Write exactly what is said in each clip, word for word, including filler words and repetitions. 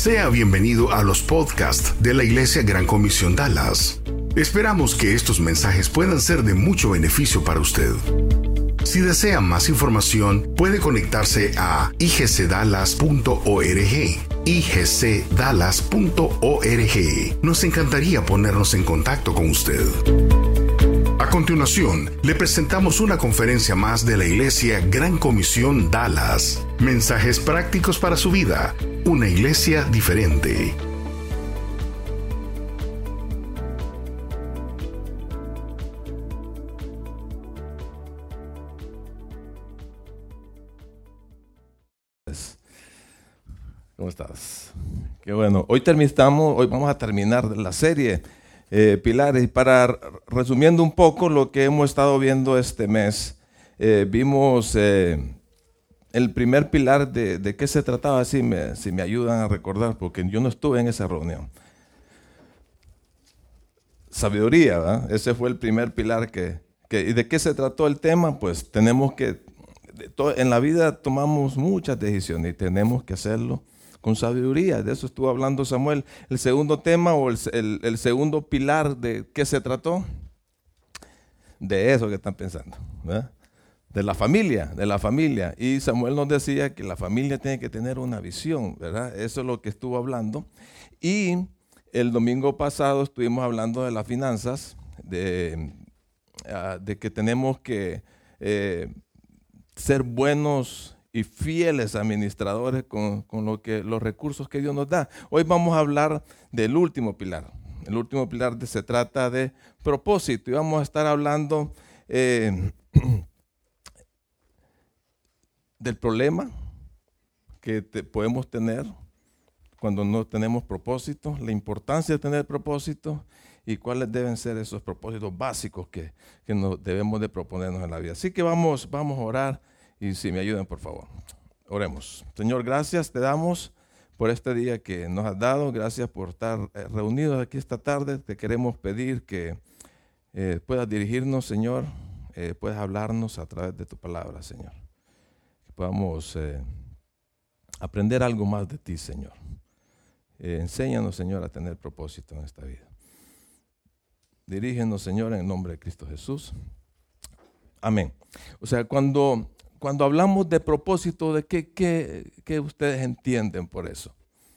Sea bienvenido a los podcasts de la Iglesia Gran Comisión Dallas. Esperamos que estos mensajes puedan ser de mucho beneficio para usted. Si desea más información, puede conectarse a i g c dallas punto org. i g c dallas punto org. Nos encantaría ponernos en contacto con usted. A continuación, le presentamos una conferencia más de la Iglesia Gran Comisión Dallas. Mensajes prácticos para su vida. Una iglesia diferente. ¿Cómo estás? Qué bueno. Hoy terminamos, hoy vamos a terminar la serie eh, Pilares. Y para resumiendo un poco lo que hemos estado viendo este mes, eh, vimos eh, el primer pilar de, de qué se trataba, si me, si me ayudan a recordar, porque yo no estuve en esa reunión. Sabiduría, ¿verdad? Ese fue el primer pilar que, que... ¿Y de qué se trató el tema? Pues tenemos que... En la vida tomamos muchas decisiones y tenemos que hacerlo con sabiduría. De eso estuvo hablando Samuel. El segundo tema o el, el, el segundo pilar de qué se trató, de eso que están pensando, ¿verdad? De la familia, de la familia. Y Samuel nos decía que la familia tiene que tener una visión, ¿verdad? Eso es lo que estuvo hablando. Y el domingo pasado estuvimos hablando de las finanzas, de, uh, de que tenemos que eh, ser buenos y fieles administradores con, con lo que, los recursos que Dios nos da. Hoy vamos a hablar del último pilar. El último pilar de, se trata de propósito y vamos a estar hablando eh, del problema que te, podemos tener cuando no tenemos propósito, la importancia de tener propósito y cuáles deben ser esos propósitos básicos que, que nos debemos de proponernos en la vida. Así que vamos, vamos a orar y si me ayudan, por favor, oremos. Señor, gracias te damos por este día que nos has dado. Gracias por estar reunidos aquí esta tarde. Te queremos pedir que eh, puedas dirigirnos, Señor, eh, puedas hablarnos a través de tu palabra, Señor. Que podamos eh, aprender algo más de ti, Señor. Eh, enséñanos, Señor, a tener propósito en esta vida. Dirígenos, Señor, en el nombre de Cristo Jesús. Amén. O sea, cuando, cuando hablamos de propósito, ¿de qué, qué, qué ustedes entienden por eso?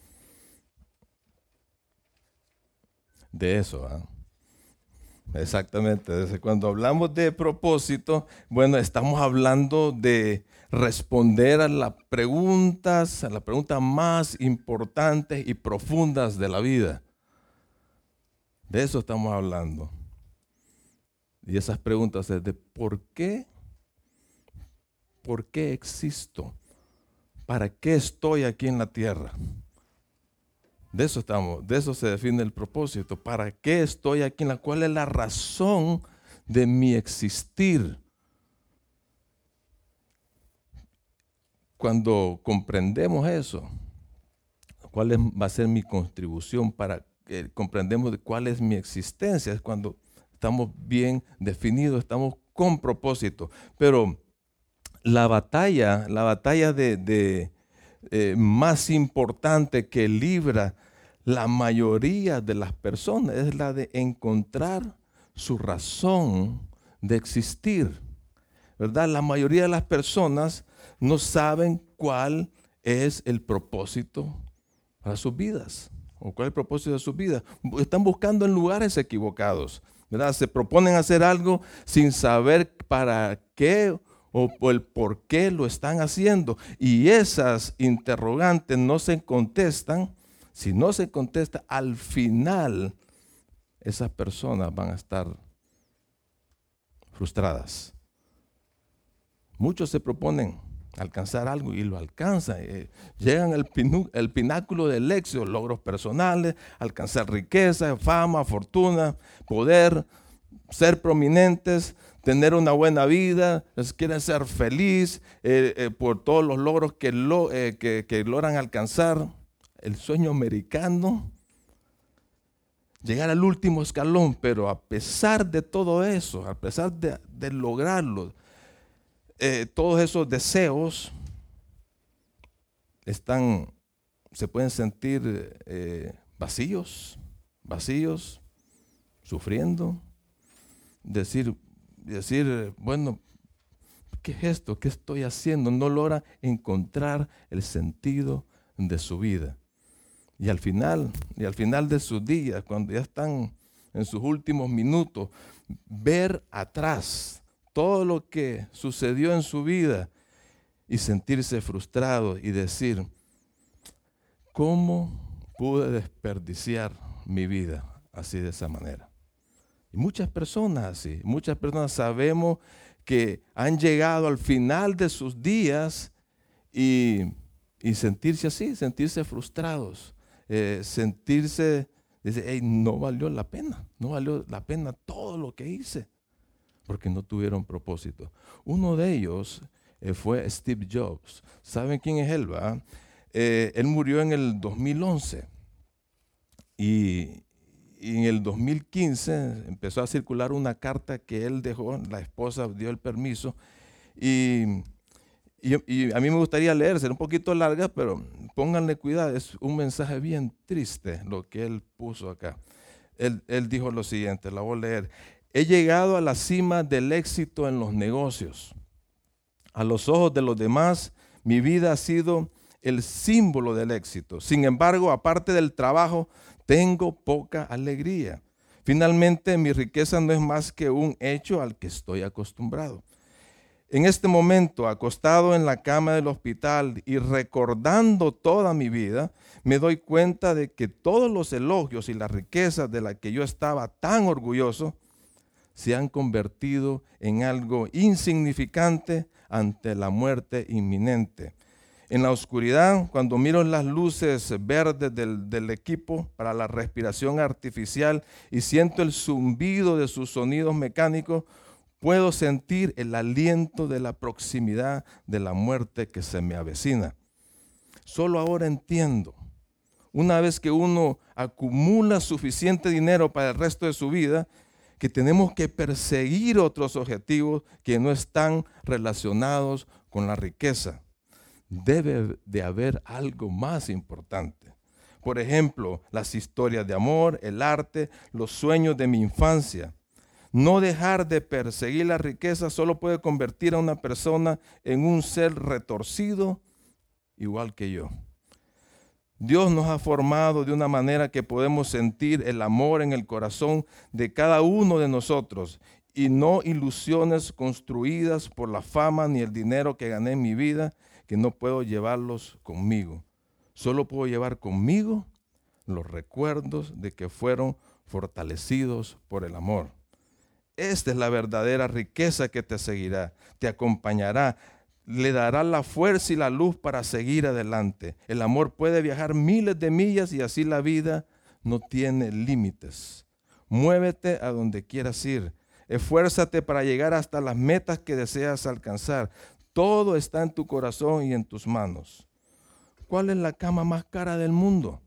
De eso, ¿ah? Exactamente. Cuando hablamos de propósito, bueno, estamos hablando de responder a las preguntas, a las preguntas más importantes y profundas de la vida. De eso estamos hablando. Y esas preguntas es de ¿por qué? ¿Por qué existo? ¿Para qué estoy aquí en la tierra? De eso estamos, de eso se define el propósito. ¿Para qué estoy aquí en la? ¿Cuál es la razón de mi existir? Cuando comprendemos eso, ¿cuál es, va a ser mi contribución para que comprendemos de cuál es mi existencia? Es cuando estamos bien definidos, estamos con propósito. Pero la batalla, la batalla de, de eh, más importante que libra la mayoría de las personas es la de encontrar su razón de existir, ¿verdad? La mayoría de las personas no saben cuál es el propósito para sus vidas o cuál es el propósito de sus vidas. Están buscando en lugares equivocados, ¿verdad? Se proponen hacer algo sin saber para qué o el por qué lo están haciendo. Y esas interrogantes no se contestan. Si no se contesta, al final esas personas van a estar frustradas. Muchos se proponen alcanzar algo y lo alcanzan. Eh, llegan al pinu- el pináculo del éxito, logros personales, alcanzar riqueza, fama, fortuna, poder, ser prominentes, tener una buena vida, quieren ser feliz eh, eh, por todos los logros que, lo, eh, que, que logran alcanzar. El sueño americano, llegar al último escalón, pero a pesar de todo eso, a pesar de, de lograrlo, eh, todos esos deseos están se pueden sentir eh, vacíos, vacíos, sufriendo, decir, decir, bueno, ¿qué es esto? ¿Qué estoy haciendo? No logra encontrar el sentido de su vida. Y al final, y al final de sus días, cuando ya están en sus últimos minutos, ver atrás todo lo que sucedió en su vida y sentirse frustrado y decir, ¿cómo pude desperdiciar mi vida así de esa manera? Y muchas personas así, muchas personas sabemos que han llegado al final de sus días y, y sentirse así, sentirse frustrados, eh, sentirse, dice, hey, no valió la pena, no valió la pena todo lo que hice, porque no tuvieron propósito. Uno de ellos eh, fue Steve Jobs. ¿Saben quién es él, va? Eh, él murió en el dos mil once y, y en el dos mil quince empezó a circular una carta que él dejó, la esposa dio el permiso y, y, y a mí me gustaría leer, será un poquito larga, pero pónganle cuidado, es un mensaje bien triste lo que él puso acá. Él, él dijo lo siguiente, la voy a leer. He llegado a la cima del éxito en los negocios. A los ojos de los demás, mi vida ha sido el símbolo del éxito. Sin embargo, aparte del trabajo, tengo poca alegría. Finalmente, mi riqueza no es más que un hecho al que estoy acostumbrado. En este momento, acostado en la cama del hospital y recordando toda mi vida, me doy cuenta de que todos los elogios y las riquezas de las que yo estaba tan orgulloso se han convertido en algo insignificante ante la muerte inminente. En la oscuridad, cuando miro las luces verdes del, del equipo para la respiración artificial y siento el zumbido de sus sonidos mecánicos, puedo sentir el aliento de la proximidad de la muerte que se me avecina. Solo ahora entiendo, una vez que uno acumula suficiente dinero para el resto de su vida, que tenemos que perseguir otros objetivos que no están relacionados con la riqueza. Debe de haber algo más importante. Por ejemplo, las historias de amor, el arte, los sueños de mi infancia. No dejar de perseguir la riqueza solo puede convertir a una persona en un ser retorcido igual que yo. Dios nos ha formado de una manera que podemos sentir el amor en el corazón de cada uno de nosotros y no ilusiones construidas por la fama ni el dinero que gané en mi vida, que no puedo llevarlos conmigo. Solo puedo llevar conmigo los recuerdos de que fueron fortalecidos por el amor. Esta es la verdadera riqueza que te seguirá, te acompañará, le dará la fuerza y la luz para seguir adelante. El amor puede viajar miles de millas y así la vida no tiene límites. Muévete a donde quieras ir. Esfuérzate para llegar hasta las metas que deseas alcanzar. Todo está en tu corazón y en tus manos. ¿Cuál es la cama más cara del mundo?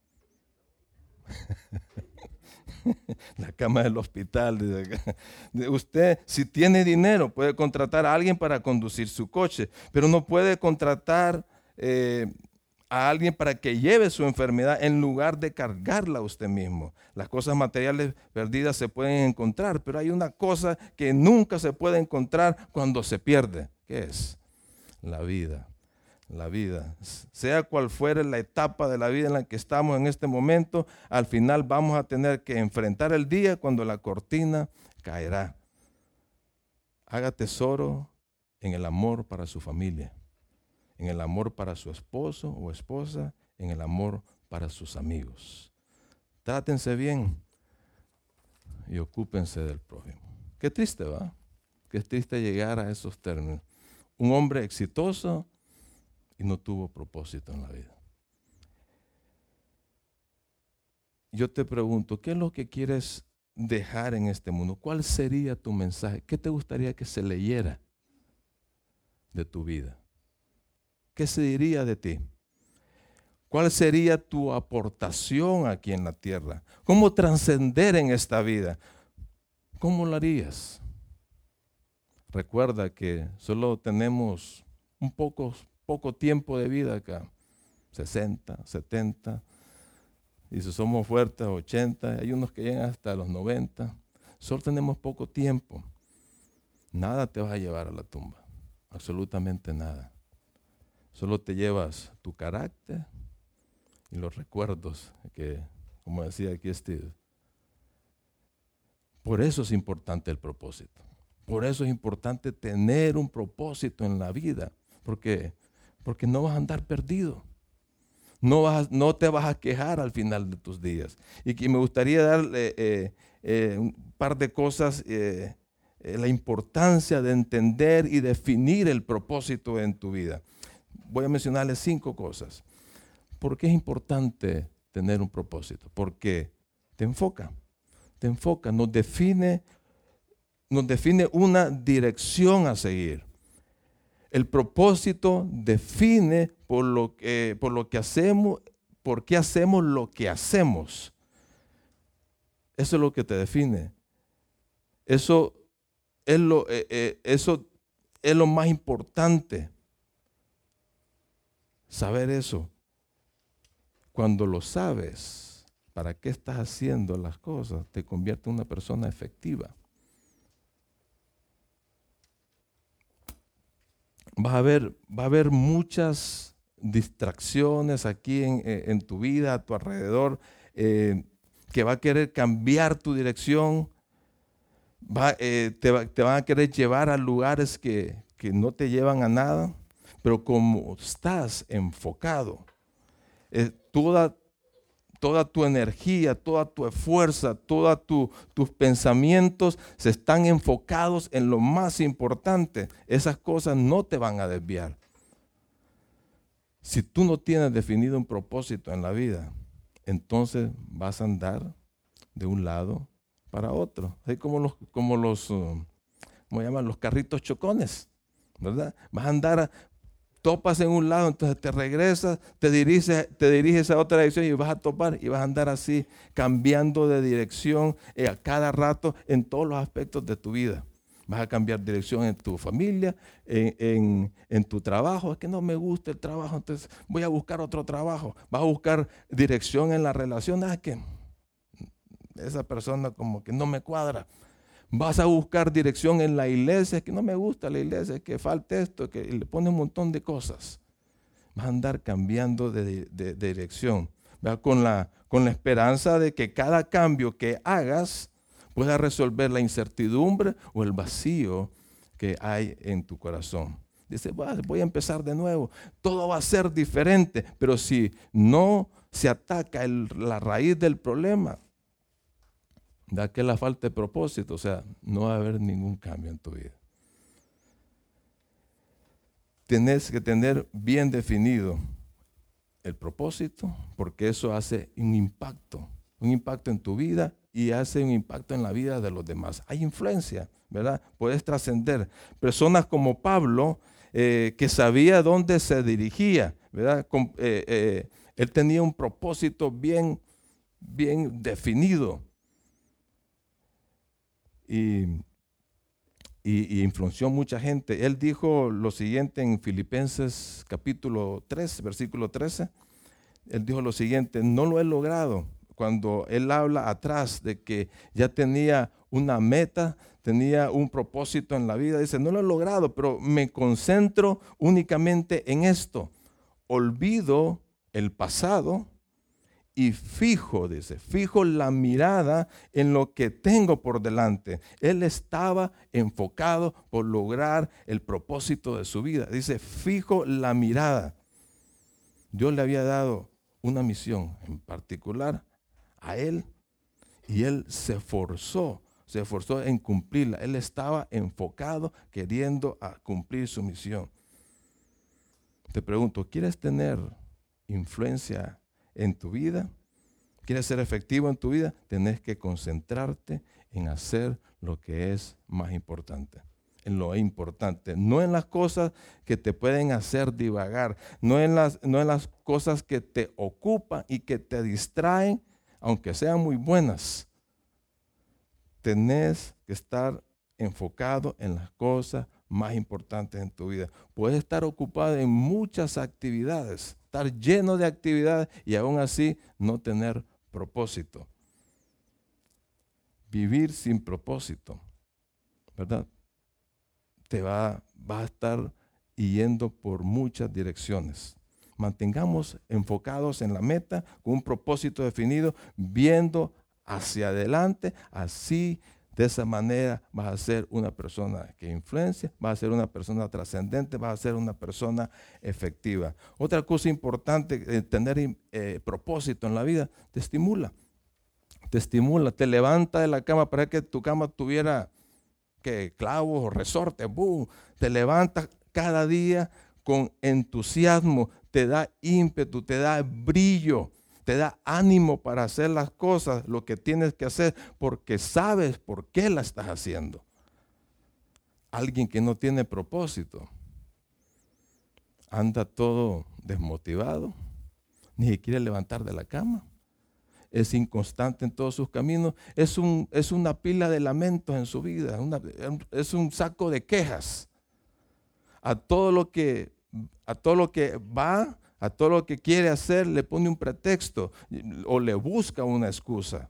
La cama del hospital. Usted, si tiene dinero, puede contratar a alguien para conducir su coche, pero no puede contratar eh, a alguien para que lleve su enfermedad en lugar de cargarla usted mismo. Las cosas materiales perdidas se pueden encontrar, pero hay una cosa que nunca se puede encontrar cuando se pierde. ¿Qué es? La vida. La vida, sea cual fuere la etapa de la vida en la que estamos en este momento, al final vamos a tener que enfrentar el día cuando la cortina caerá. Haga tesoro en el amor para su familia, en el amor para su esposo o esposa, en el amor para sus amigos. Trátense bien y ocúpense del prójimo. Qué triste, ¿va? Qué triste llegar a esos términos. Un hombre exitoso y no tuvo propósito en la vida. Yo te pregunto, ¿qué es lo que quieres dejar en este mundo? ¿Cuál sería tu mensaje? ¿Qué te gustaría que se leyera de tu vida? ¿Qué se diría de ti? ¿Cuál sería tu aportación aquí en la tierra? ¿Cómo trascender en esta vida? ¿Cómo lo harías? Recuerda que solo tenemos un poco poco tiempo de vida acá. sesenta, setenta. Y si somos fuertes, ochenta. Hay unos que llegan hasta los noventa. Solo tenemos poco tiempo. Nada te va a llevar a la tumba. Absolutamente nada. Solo te llevas tu carácter y los recuerdos que, como decía aquí Steve. Por eso es importante el propósito. Por eso es importante tener un propósito en la vida. Porque, porque no vas a andar perdido. No, vas, no te vas a quejar al final de tus días. Y que me gustaría darle eh, eh, un par de cosas, eh, eh, la importancia de entender y definir el propósito en tu vida. Voy a mencionarles cinco cosas. ¿Por qué es importante tener un propósito? Porque te enfoca, te enfoca, nos define, nos define una dirección a seguir. El propósito define por lo que, por lo que hacemos, por qué hacemos lo que hacemos. Eso es lo que te define. Eso es lo, eh, eh, eso es lo más importante. Saber eso. Cuando lo sabes, para qué estás haciendo las cosas, te convierte en una persona efectiva. Vas a ver, va a haber muchas distracciones aquí en, en tu vida, a tu alrededor, eh, que va a querer cambiar tu dirección, va, eh, te, va, te van a querer llevar a lugares que, que no te llevan a nada, pero como estás enfocado, eh, toda, toda tu energía, toda tu fuerza, todos tu, tus pensamientos se están enfocados en lo más importante. Esas cosas no te van a desviar. Si tú no tienes definido un propósito en la vida, entonces vas a andar de un lado para otro. Así como los, como los, uh, ¿cómo llaman? Los carritos chocones, ¿verdad? Vas a andar a, topas en un lado, entonces te regresas, te diriges, te diriges a otra dirección y vas a topar y vas a andar así, cambiando de dirección eh, a cada rato en todos los aspectos de tu vida. Vas a cambiar dirección en tu familia, en, en, en tu trabajo. Es que no me gusta el trabajo, entonces voy a buscar otro trabajo. Vas a buscar dirección en la relación. Ah, que esa persona como que no me cuadra. Vas a buscar dirección en la iglesia, es que no me gusta la iglesia, es que falta esto, que le pone un montón de cosas. Vas a andar cambiando de, de, de dirección, ¿verdad? Con la, con la esperanza de que cada cambio que hagas pueda resolver la incertidumbre o el vacío que hay en tu corazón. Dice, voy a empezar de nuevo, todo va a ser diferente, pero si no se ataca el, la raíz del problema, da que la falta de propósito, o sea, no va a haber ningún cambio en tu vida. Tienes que tener bien definido el propósito, porque eso hace un impacto, un impacto en tu vida y hace un impacto en la vida de los demás. Hay influencia, ¿verdad? Puedes trascender. Personas como Pablo, eh, que sabía dónde se dirigía, ¿verdad? Con, eh, eh, él tenía un propósito bien, bien definido. Y, y, y influenció mucha gente. Él dijo lo siguiente en Filipenses capítulo tres, versículo trece. Él dijo lo siguiente, no lo he logrado. Cuando él habla atrás de que ya tenía una meta, tenía un propósito en la vida, dice, no lo he logrado, pero me concentro únicamente en esto. Olvido el pasado y fijo, dice, fijo la mirada en lo que tengo por delante. Él estaba enfocado por lograr el propósito de su vida. Dice, fijo la mirada. Dios le había dado una misión en particular a él y él se esforzó, se esforzó en cumplirla. Él estaba enfocado queriendo a cumplir su misión. Te pregunto, ¿quieres tener influencia en tu vida? ¿Quieres ser efectivo en tu vida? Tenés que concentrarte en hacer lo que es más importante. En lo importante, no en las cosas que te pueden hacer divagar, no en las, no en las cosas que te ocupan y que te distraen, aunque sean muy buenas. Tenés que estar enfocado en las cosas más importantes en tu vida. Puedes estar ocupado en muchas actividades, estar lleno de actividad y aún así no tener propósito. Vivir sin propósito, ¿verdad? Te va, va a estar yendo por muchas direcciones. Mantengamos enfocados en la meta, con un propósito definido, viendo hacia adelante. Así, de esa manera, vas a ser una persona que influencia, vas a ser una persona trascendente, vas a ser una persona efectiva. Otra cosa importante, eh, tener eh, propósito en la vida, te estimula. Te estimula, te levanta de la cama para que tu cama tuviera que clavos o resortes, ¡boom! Te levanta cada día con entusiasmo, te da ímpetu, te da brillo, te da ánimo para hacer las cosas, lo que tienes que hacer, porque sabes por qué la estás haciendo. Alguien que no tiene propósito anda todo desmotivado, ni se quiere levantar de la cama. Es inconstante en todos sus caminos, es, un, es una pila de lamentos en su vida, una, es un saco de quejas. A todo lo que, a todo lo que va, a todo lo que quiere hacer, le pone un pretexto o le busca una excusa.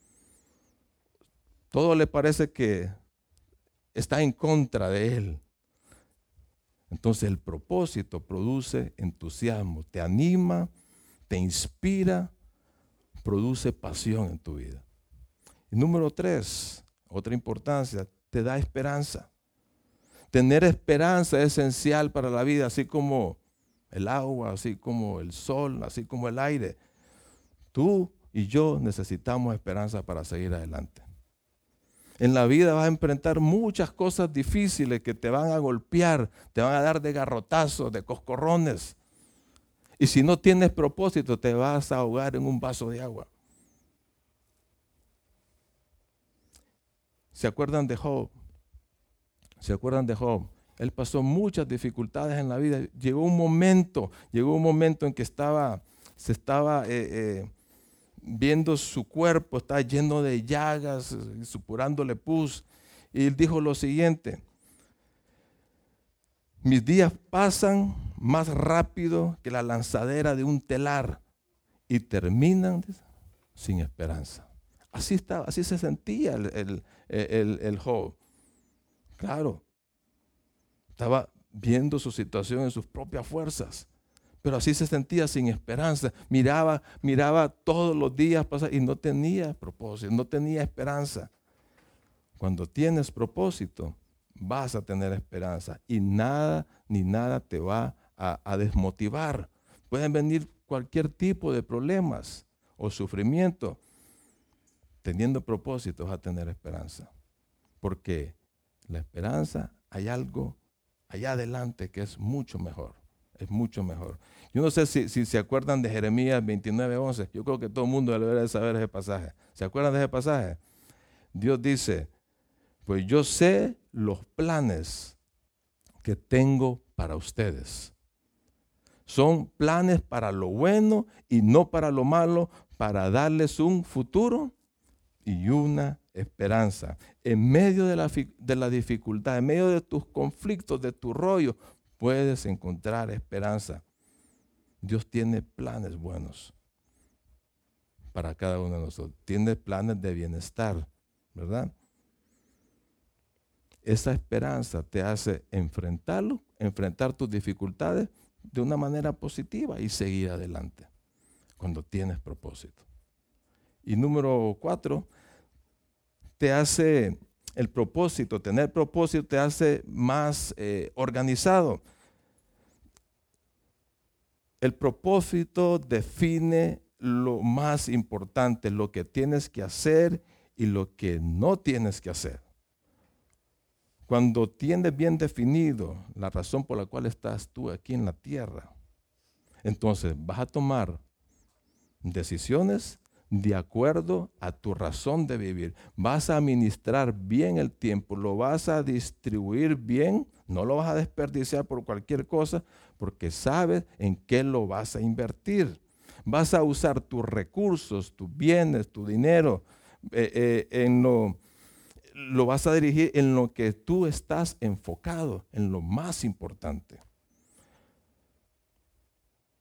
Todo le parece que está en contra de él. Entonces el propósito produce entusiasmo, te anima, te inspira, produce pasión en tu vida. Y número tres, otra importancia, te da esperanza. Tener esperanza es esencial para la vida, así como el agua, así como el sol, así como el aire. Tú y yo necesitamos esperanza para seguir adelante. En la vida vas a enfrentar muchas cosas difíciles que te van a golpear, te van a dar de garrotazos, de coscorrones. Y si no tienes propósito, te vas a ahogar en un vaso de agua. ¿Se acuerdan de Job? ¿Se acuerdan de Job? Él pasó muchas dificultades en la vida. Llegó un momento, llegó un momento en que estaba, se estaba eh, eh, viendo su cuerpo, estaba lleno de llagas, supurándole pus. Y él dijo lo siguiente: mis días pasan más rápido que la lanzadera de un telar y terminan sin esperanza. Así estaba, así se sentía el, el, el, el Job. Claro, estaba viendo su situación en sus propias fuerzas, pero así se sentía sin esperanza. Miraba, miraba todos los días pasar y no tenía propósito, no tenía esperanza. Cuando tienes propósito, vas a tener esperanza y nada ni nada te va a, a desmotivar. Pueden venir cualquier tipo de problemas o sufrimiento. Teniendo propósito vas a tener esperanza, porque la esperanza, hay algo allá adelante que es mucho mejor, es mucho mejor. Yo no sé si, si se acuerdan de Jeremías veintinueve once, yo creo que todo el mundo debería de saber ese pasaje. ¿Se acuerdan de ese pasaje? Dios dice: pues yo sé los planes que tengo para ustedes. Son planes para lo bueno y no para lo malo, para darles un futuro y una esperanza. En medio de la, de la dificultad, en medio de tus conflictos, de tu rollo, puedes encontrar esperanza. Dios tiene planes buenos para cada uno de nosotros. Tiene planes de bienestar, ¿verdad? Esa esperanza te hace enfrentarlo, enfrentar tus dificultades de una manera positiva y seguir adelante cuando tienes propósito. Y número cuatro, te hace el propósito, tener propósito te hace más eh, organizado. El propósito define lo más importante, lo que tienes que hacer y lo que no tienes que hacer. Cuando tienes bien definido la razón por la cual estás tú aquí en la tierra, entonces vas a tomar decisiones de acuerdo a tu razón de vivir. Vas a administrar bien el tiempo, lo vas a distribuir bien, no lo vas a desperdiciar por cualquier cosa, porque sabes en qué lo vas a invertir. Vas a usar tus recursos, tus bienes, tu dinero, eh, eh, en lo, lo vas a dirigir en lo que tú estás enfocado, en lo más importante.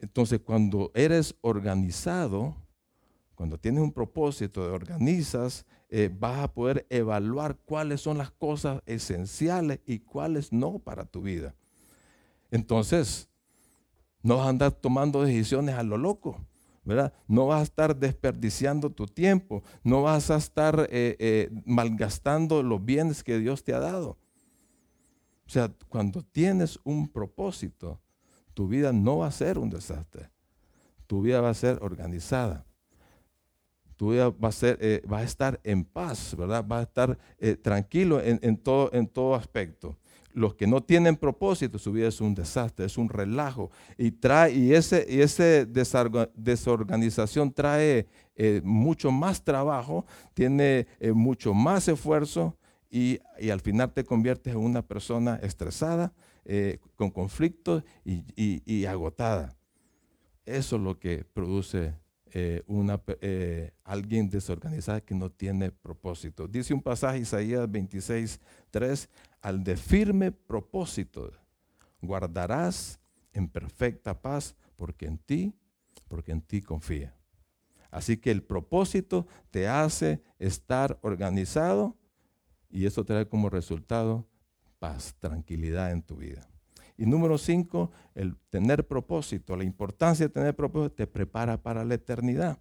Entonces, cuando eres organizado, cuando tienes un propósito, te organizas, eh, vas a poder evaluar cuáles son las cosas esenciales y cuáles no para tu vida. Entonces, no vas a andar tomando decisiones a lo loco, ¿verdad? No vas a estar desperdiciando tu tiempo, no vas a estar eh, eh, malgastando los bienes que Dios te ha dado. O sea, cuando tienes un propósito, tu vida no va a ser un desastre. Tu vida va a ser organizada. Tu vida va a, ser, eh, va a estar en paz, ¿verdad? Va a estar eh, tranquilo en, en, todo, en todo aspecto. Los que no tienen propósito, su vida es un desastre, es un relajo. Y, trae, y ese, y ese desorganización trae eh, mucho más trabajo, tiene eh, mucho más esfuerzo y, y al final te conviertes en una persona estresada, eh, con conflictos y, y, y agotada. Eso es lo que produce eh, una, eh, alguien desorganizado que no tiene propósito. Dice un pasaje, Isaías veintiséis, tres, al de firme propósito guardarás en perfecta paz, porque en ti, porque en ti confía. Así que el propósito te hace estar organizado y eso trae como resultado paz, tranquilidad en tu vida. Y número cinco, el tener propósito, la importancia de tener propósito te prepara para la eternidad.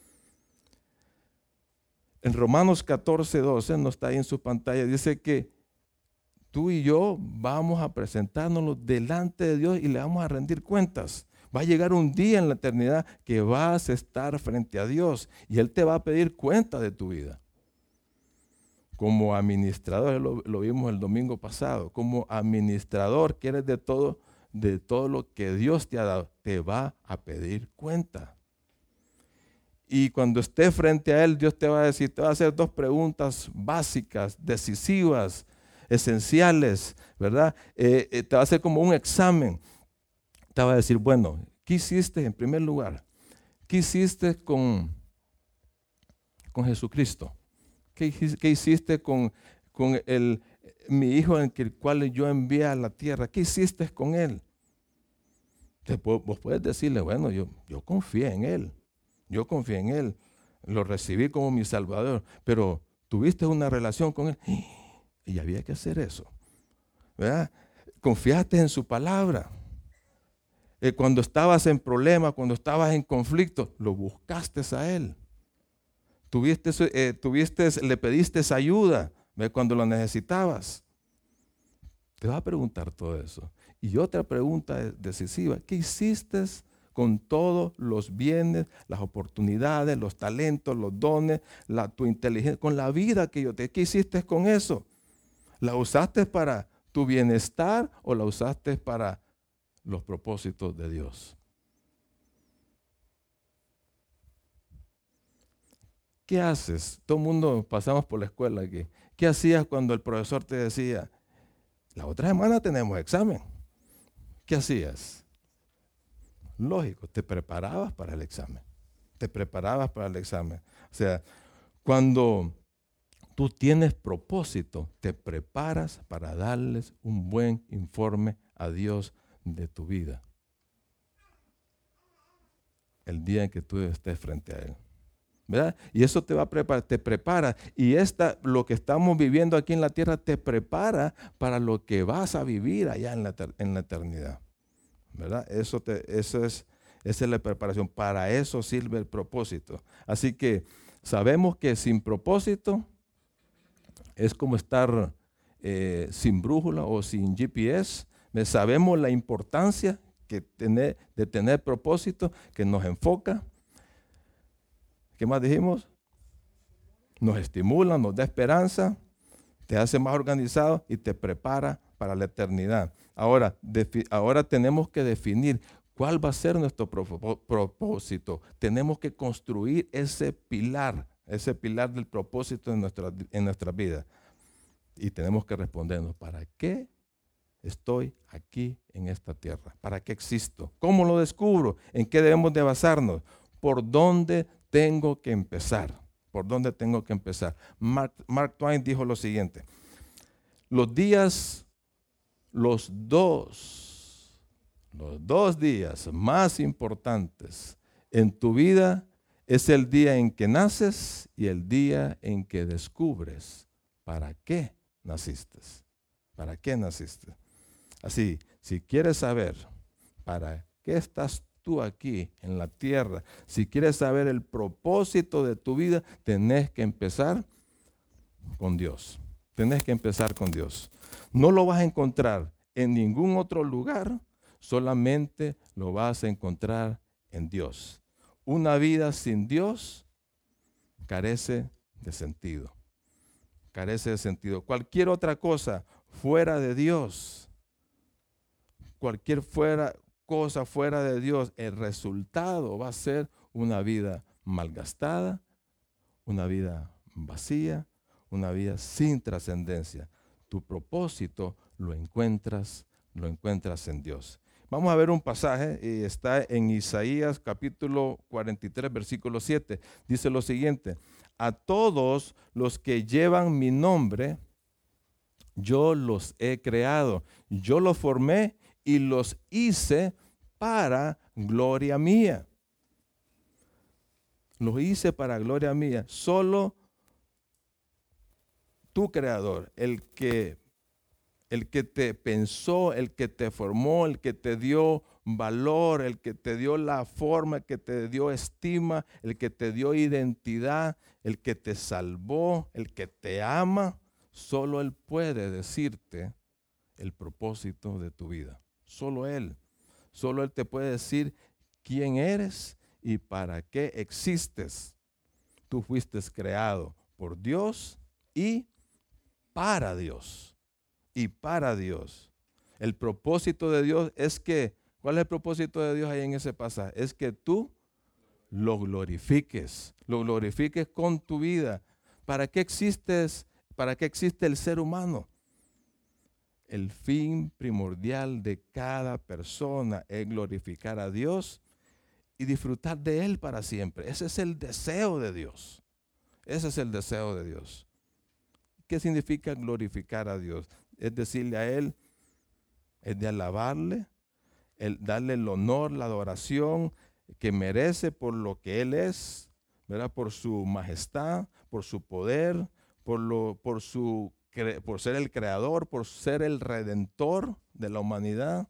En Romanos catorce, doce, no está ahí en su pantalla, dice que tú y yo vamos a presentarnos delante de Dios y le vamos a rendir cuentas. Va a llegar un día en la eternidad que vas a estar frente a Dios y Él te va a pedir cuenta de tu vida. Como administrador, lo, lo vimos el domingo pasado, como administrador que eres de todo, de todo lo que Dios te ha dado, te va a pedir cuenta. Y cuando estés frente a Él, Dios te va a decir, te va a hacer dos preguntas básicas, decisivas, esenciales, ¿verdad? Eh, eh, te va a hacer como un examen. Te va a decir, bueno, ¿qué hiciste en primer lugar? ¿Qué hiciste con, con Jesucristo? ¿Qué, qué hiciste con, con el, mi hijo en el cual yo envié a la tierra? ¿Qué hiciste con él? Te, vos puedes decirle, bueno, yo, yo confié en él. Yo confié en él. Lo recibí como mi salvador. Pero tuviste una relación con él. Y había que hacer eso, ¿verdad? Confiaste en su palabra. Eh, cuando estabas en problemas, cuando estabas en conflicto, lo buscaste a él. Tuviste, eh, tuviste, le pediste ayuda, ¿ves? Cuando lo necesitabas. Te va a preguntar todo eso. Y otra pregunta decisiva, ¿qué hiciste con todos los bienes, las oportunidades, los talentos, los dones, la, tu inteligencia, con la vida que yo te... ¿Qué hiciste con eso? ¿La usaste para tu bienestar o la usaste para los propósitos de Dios? ¿Qué haces? Todo el mundo pasamos por la escuela aquí. ¿Qué hacías cuando el profesor te decía, la otra semana tenemos examen? ¿Qué hacías? Lógico, te preparabas para el examen. Te preparabas para el examen. O sea, cuando tú tienes propósito, te preparas para darles un buen informe a Dios de tu vida. El día en que tú estés frente a Él. ¿Verdad? Y eso te va a preparar, te prepara. Y esta, lo que estamos viviendo aquí en la tierra te prepara para lo que vas a vivir allá en la, en la eternidad. ¿Verdad? Eso, te, eso es, esa es la preparación. Para eso sirve el propósito. Así que sabemos que sin propósito es como estar eh, sin brújula o sin G P S. Sabemos la importancia que tener, de tener propósito, que nos enfoca. ¿Qué más dijimos? Nos estimula, nos da esperanza, te hace más organizado y te prepara para la eternidad. Ahora, defi- ahora tenemos que definir cuál va a ser nuestro pro- propósito. Tenemos que construir ese pilar, ese pilar del propósito en nuestra, en nuestra vida. Y tenemos que respondernos, ¿para qué estoy aquí en esta tierra? ¿Para qué existo? ¿Cómo lo descubro? ¿En qué debemos de basarnos? ¿Por dónde tengo que empezar? ¿Por dónde tengo que empezar? Mark, Mark Twain dijo lo siguiente: los días, los dos, Los dos días más importantes en tu vida es el día en que naces y el día en que descubres para qué naciste. ¿Para qué naciste? Así, si quieres saber para qué estás tú aquí en la tierra, si quieres saber el propósito de tu vida, tenés que empezar con Dios. Tenés que empezar con Dios. No lo vas a encontrar en ningún otro lugar, solamente lo vas a encontrar en Dios. Una vida sin Dios carece de sentido. Carece de sentido. Cualquier otra cosa fuera de Dios, cualquier fuera, cosa fuera de Dios, el resultado va a ser una vida malgastada, una vida vacía, una vida sin trascendencia. Tu propósito lo encuentras, lo encuentras en Dios. Vamos a ver un pasaje, y está en Isaías capítulo cuarenta y tres, versículo siete. Dice lo siguiente: a todos los que llevan mi nombre, yo los he creado, yo los formé y los hice para gloria mía. Los hice para gloria mía. Solo tu creador, el que, el que te pensó, el que te formó, el que te dio valor, el que te dio la forma, el que te dio estima, el que te dio identidad, el que te salvó, el que te ama, solo Él puede decirte el propósito de tu vida. Solo Él. Solo Él te puede decir quién eres y para qué existes. Tú fuiste creado por Dios y para Dios. Y para Dios. El propósito de Dios es que, ¿cuál es el propósito de Dios ahí en ese pasaje? Es que tú lo glorifiques, lo glorifiques con tu vida. ¿Para qué existes? ¿Para qué existe el ser humano? El fin primordial de cada persona es glorificar a Dios y disfrutar de Él para siempre. Ese es el deseo de Dios. Ese es el deseo de Dios. ¿Qué significa glorificar a Dios? Es decirle a Él, es de alabarle, el darle el honor, la adoración que merece por lo que Él es, ¿verdad? Por su majestad, por su poder, por, lo, por, su, por ser el creador, por ser el redentor de la humanidad.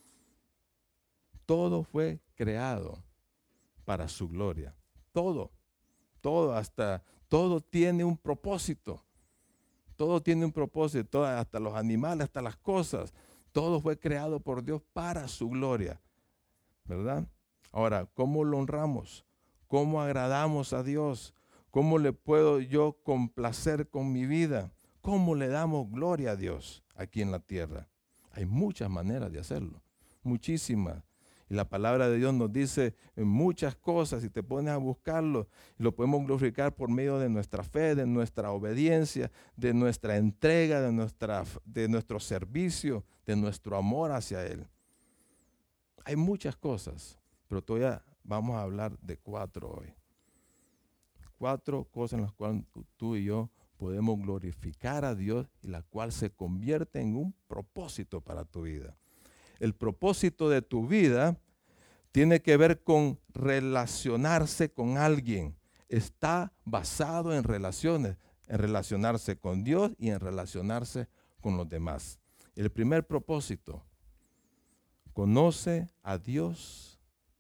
Todo fue creado para su gloria. Todo, todo, hasta, todo tiene un propósito. Todo tiene un propósito, todo, hasta los animales, hasta las cosas. Todo fue creado por Dios para su gloria, ¿verdad? Ahora, ¿cómo lo honramos? ¿Cómo agradamos a Dios? ¿Cómo le puedo yo complacer con mi vida? ¿Cómo le damos gloria a Dios aquí en la tierra? Hay muchas maneras de hacerlo, muchísimas. Y la palabra de Dios nos dice muchas cosas, y te pones a buscarlo, lo podemos glorificar por medio de nuestra fe, de nuestra obediencia, de nuestra entrega, de, nuestra, de nuestro servicio, de nuestro amor hacia Él. Hay muchas cosas, pero todavía vamos a hablar de cuatro hoy. Cuatro cosas en las cuales tú y yo podemos glorificar a Dios y la cual se convierte en un propósito para tu vida. El propósito de tu vida tiene que ver con relacionarse con alguien. Está basado en relaciones, en relacionarse con Dios y en relacionarse con los demás. El primer propósito, conoce a Dios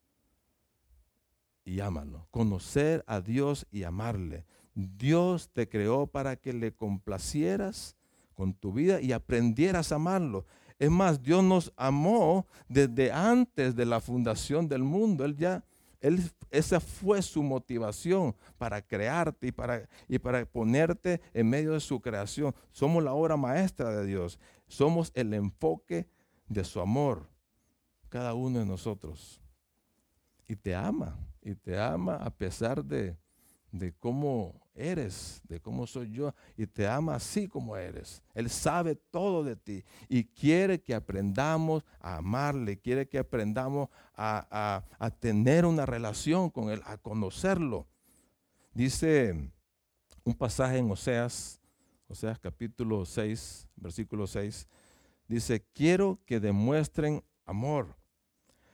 y ámalo. Conocer a Dios y amarle. Dios te creó para que le complacieras con tu vida y aprendieras a amarlo. Es más, Dios nos amó desde antes de la fundación del mundo. Él ya, él, esa fue su motivación para crearte y para, y para ponerte en medio de su creación. Somos la obra maestra de Dios. Somos el enfoque de su amor, cada uno de nosotros. Y te ama, y te ama a pesar de, de cómo eres, de cómo soy yo, y te ama así como eres. Él sabe todo de ti y quiere que aprendamos a amarle, quiere que aprendamos a, a, a tener una relación con Él, a conocerlo. Dice un pasaje en Oseas, Oseas capítulo seis, versículo seis, dice: quiero que demuestren amor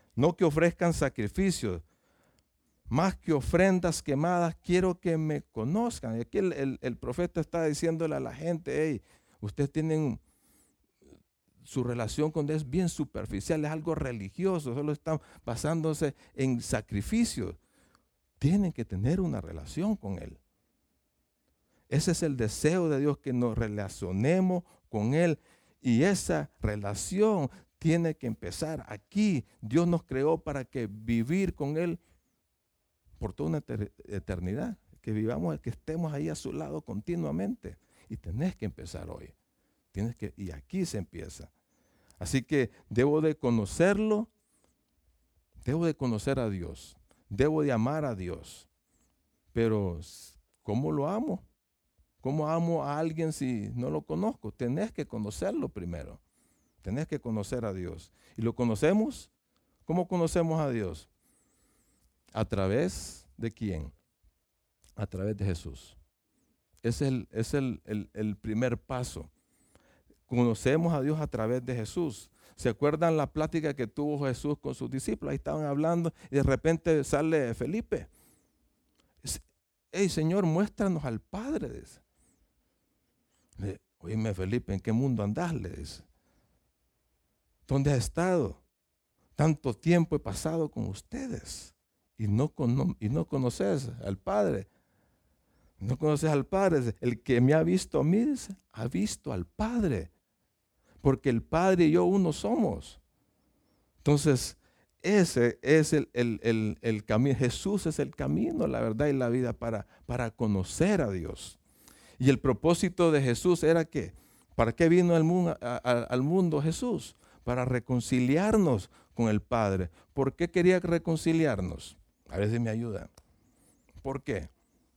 No que ofrezcan sacrificios, más que ofrendas quemadas, quiero que me conozcan. Y aquí el, el, el profeta está diciéndole a la gente, hey, ustedes tienen su relación con Dios es bien superficial, es algo religioso, solo están basándose en sacrificios. Tienen que tener una relación con Él. Ese es el deseo de Dios, que nos relacionemos con Él. Y esa relación tiene que empezar aquí. Dios nos creó para que vivir con Él por toda una eternidad. Que vivamos, que estemos ahí a su lado continuamente. Y tenés que empezar hoy. Tienes que, y aquí se empieza. Así que debo de conocerlo, debo de conocer a Dios, debo de amar a Dios. Pero, ¿cómo lo amo? ¿Cómo amo a alguien si no lo conozco? Tenés que conocerlo primero. Tenés que conocer a Dios. ¿Y lo conocemos? ¿Cómo conocemos a Dios? ¿A través de quién? A través de Jesús. Es el, es el, el, el primer paso. Conocemos a Dios a través de Jesús. ¿Se acuerdan la plática que tuvo Jesús con sus discípulos? Ahí estaban hablando y de repente sale Felipe. Hey, Señor, muéstranos al Padre. Dice. Oíme, Felipe, ¿en qué mundo andás? Le dice. ¿Dónde has estado? Tanto tiempo he pasado con ustedes y no, cono- y no conoces al Padre. No conoces al Padre. El que me ha visto a mí, dice, ha visto al Padre. Porque el Padre y yo uno somos. Entonces, ese es el, el, el, el camino. Jesús es el camino, la verdad y la vida para, para conocer a Dios. Y el propósito de Jesús era que, ¿para qué vino al mundo, a, a, al mundo Jesús? Para reconciliarnos con el Padre. ¿Por qué quería reconciliarnos? A ver si me ayuda. ¿Por qué?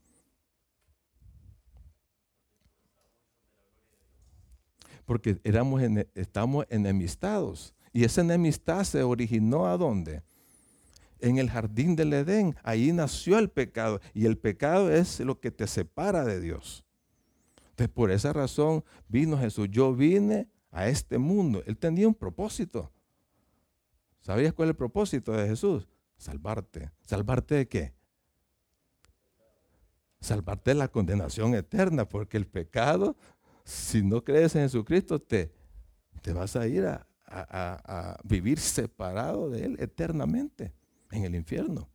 Porque éramos en, estamos enemistados. Y esa enemistad se originó ¿a dónde? En el jardín del Edén. Ahí nació el pecado. Y el pecado es lo que te separa de Dios. Entonces, por esa razón vino Jesús. Yo vine a este mundo. Él tenía un propósito. ¿Sabías cuál es el propósito de Jesús? Salvarte. ¿Salvarte de qué? Salvarte de la condenación eterna. Porque el pecado, si no crees en Jesucristo, te, te vas a ir a, a, a, a vivir separado de Él eternamente en el infierno.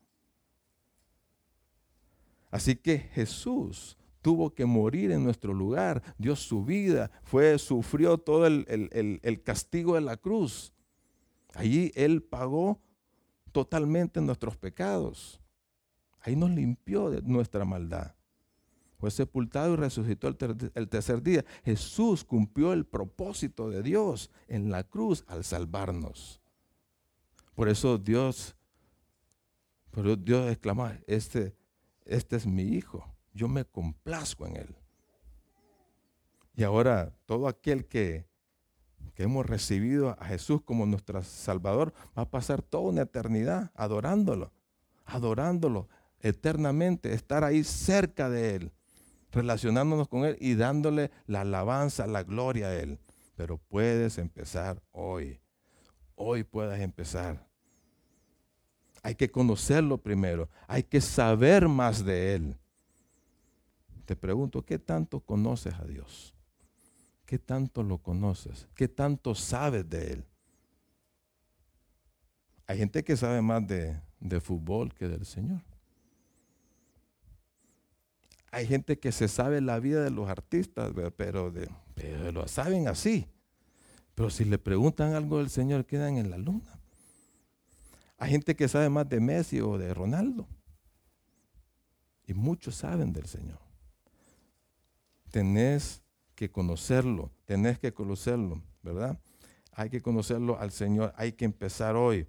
Así que Jesús tuvo que morir en nuestro lugar, dio su vida, fue, sufrió todo el, el, el, el castigo de la cruz. Allí Él pagó totalmente nuestros pecados. Ahí nos limpió de nuestra maldad. Fue sepultado y resucitó el, ter- el tercer día. Jesús cumplió el propósito de Dios en la cruz al salvarnos. Por eso Dios, por eso Dios exclama, este, este es mi hijo. Yo me complazco en él. Y ahora todo aquel que, que hemos recibido a Jesús como nuestro Salvador va a pasar toda una eternidad adorándolo, adorándolo eternamente, estar ahí cerca de Él, relacionándonos con Él y dándole la alabanza, la gloria a Él. Pero puedes empezar hoy. Hoy puedes empezar. Hay que conocerlo primero. Hay que saber más de Él. Te pregunto, ¿qué tanto conoces a Dios? ¿Qué tanto lo conoces? ¿Qué tanto sabes de Él? Hay gente que sabe más de, de fútbol que del Señor. Hay gente que se sabe la vida de los artistas, pero, de, pero lo saben así. Pero si le preguntan algo del Señor, quedan en la luna. Hay gente que sabe más de Messi o de Ronaldo. Y muchos saben del Señor. Tenés que conocerlo, tenés que conocerlo, ¿verdad? Hay que conocerlo al Señor, hay que empezar hoy.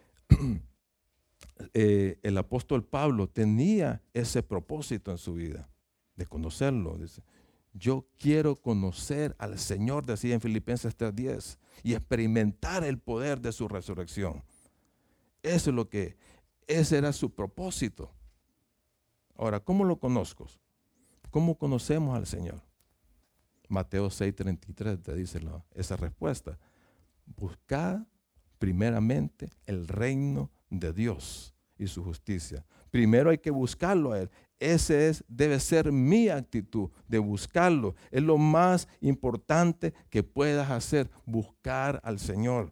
eh, el apóstol Pablo tenía ese propósito en su vida, de conocerlo. Dice, yo quiero conocer al Señor, decía en Filipenses tres diez, y experimentar el poder de su resurrección. Eso es lo que, ese era su propósito. Ahora, ¿cómo lo conozco? ¿Cómo conocemos al Señor? Mateo seis treinta y tres te dice la, esa respuesta. Buscad primeramente el reino de Dios y su justicia. Primero hay que buscarlo a Él. Ese es, debe ser mi actitud de buscarlo. Es lo más importante que puedas hacer, buscar al Señor.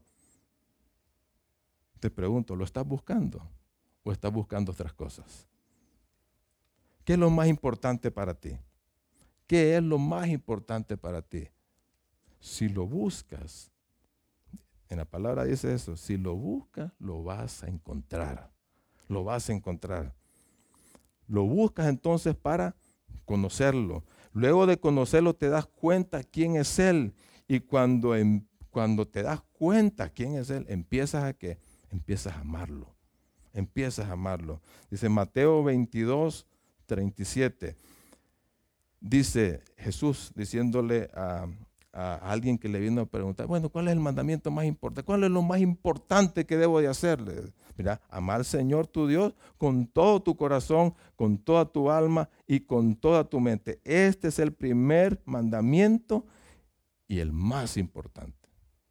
Te pregunto, ¿lo estás buscando o estás buscando otras cosas? ¿Qué es lo más importante para ti? ¿Qué es lo más importante para ti? Si lo buscas, en la palabra dice eso, si lo buscas, lo vas a encontrar. Lo vas a encontrar. Lo buscas entonces para conocerlo. Luego de conocerlo te das cuenta quién es Él. Y cuando, en, cuando te das cuenta quién es Él, empiezas a ¿qué? Empiezas a amarlo. Empiezas a amarlo. Dice Mateo veintidós, treinta y siete. Dice Jesús diciéndole a, a alguien que le vino a preguntar, bueno, ¿cuál es el mandamiento más importante? ¿Cuál es lo más importante que debo de hacerle? Mira, amar al Señor tu Dios con todo tu corazón, con toda tu alma y con toda tu mente. Este es el primer mandamiento y el más importante.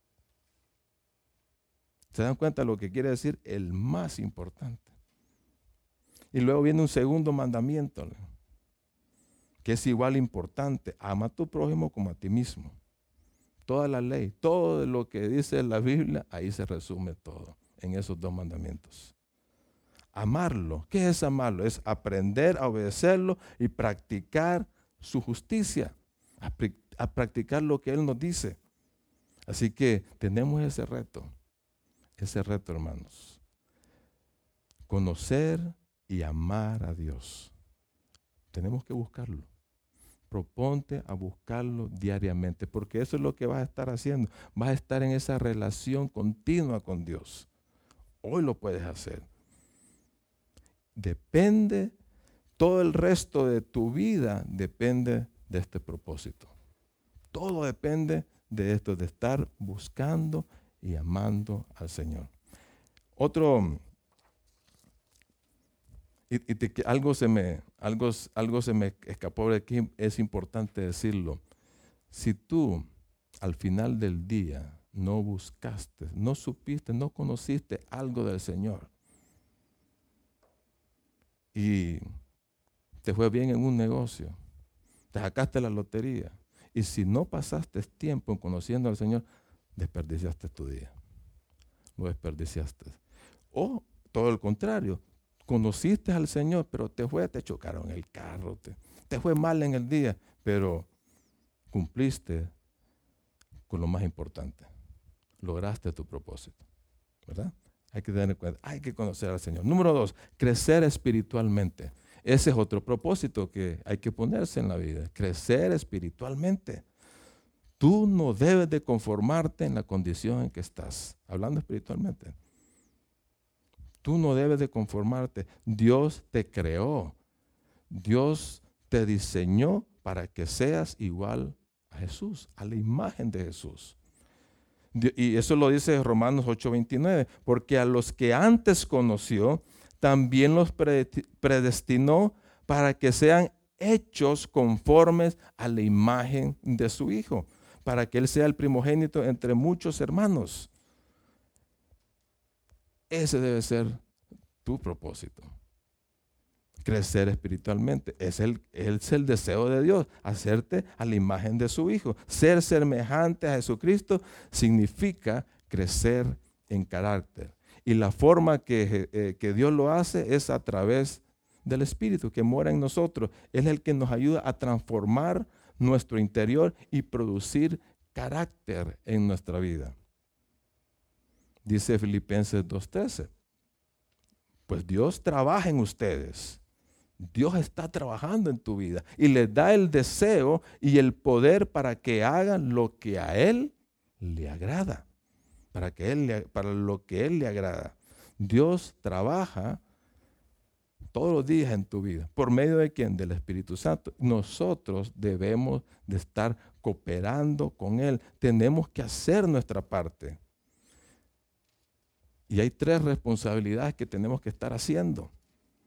¿Se dan cuenta de lo que quiere decir? El más importante. Y luego viene un segundo mandamiento, que es igual importante. Ama a tu prójimo como a ti mismo. Toda la ley, todo lo que dice la Biblia, ahí se resume todo, en esos dos mandamientos. Amarlo. ¿Qué es amarlo? Es aprender a obedecerlo y practicar su justicia, a, a practicar lo que Él nos dice. Así que tenemos ese reto, ese reto, hermanos. Conocer y amar a Dios. Tenemos que buscarlo. Proponte a buscarlo diariamente, porque eso es lo que vas a estar haciendo. Vas a estar en esa relación continua con Dios. Hoy lo puedes hacer. Depende, todo el resto de tu vida depende de este propósito. Todo depende de esto, de estar buscando y amando al Señor. Otro, y, y te, algo, se me, algo, algo se me escapó de aquí, es importante decirlo. Si tú al final del día no buscaste, no supiste, no conociste algo del Señor y te fue bien en un negocio, te sacaste la lotería y si no pasaste tiempo conociendo al Señor, desperdiciaste tu día, lo desperdiciaste. O todo lo contrario, conociste al Señor, pero te fue, te chocaron el carro, te, te fue mal en el día, pero cumpliste con lo más importante. Lograste tu propósito, ¿verdad? Hay que tener en cuenta, hay que conocer al Señor. Número dos, crecer espiritualmente. Ese es otro propósito que hay que ponerse en la vida, crecer espiritualmente. Tú no debes de conformarte en la condición en que estás, hablando espiritualmente. Tú no debes de conformarte. Dios te creó. Dios te diseñó para que seas igual a Jesús, a la imagen de Jesús. Y eso lo dice Romanos ocho veintinueve, porque a los que antes conoció, también los predestinó para que sean hechos conformes a la imagen de su Hijo, para que Él sea el primogénito entre muchos hermanos. Ese debe ser tu propósito. Crecer espiritualmente. Es el, es el deseo de Dios, hacerte a la imagen de su Hijo. Ser semejante a Jesucristo significa crecer en carácter. Y la forma que, eh, que Dios lo hace es a través del Espíritu que mora en nosotros. Es el que nos ayuda a transformar nuestro interior y producir carácter en nuestra vida. Dice Filipenses dos trece, pues Dios trabaja en ustedes. Dios está trabajando en tu vida y les da el deseo y el poder para que hagan lo que a Él le agrada, para, que él le, para lo que Él le agrada. Dios trabaja todos los días en tu vida. ¿Por medio de quién? Del Espíritu Santo. Nosotros debemos de estar cooperando con Él. Tenemos que hacer nuestra parte. Y hay tres responsabilidades que tenemos que estar haciendo.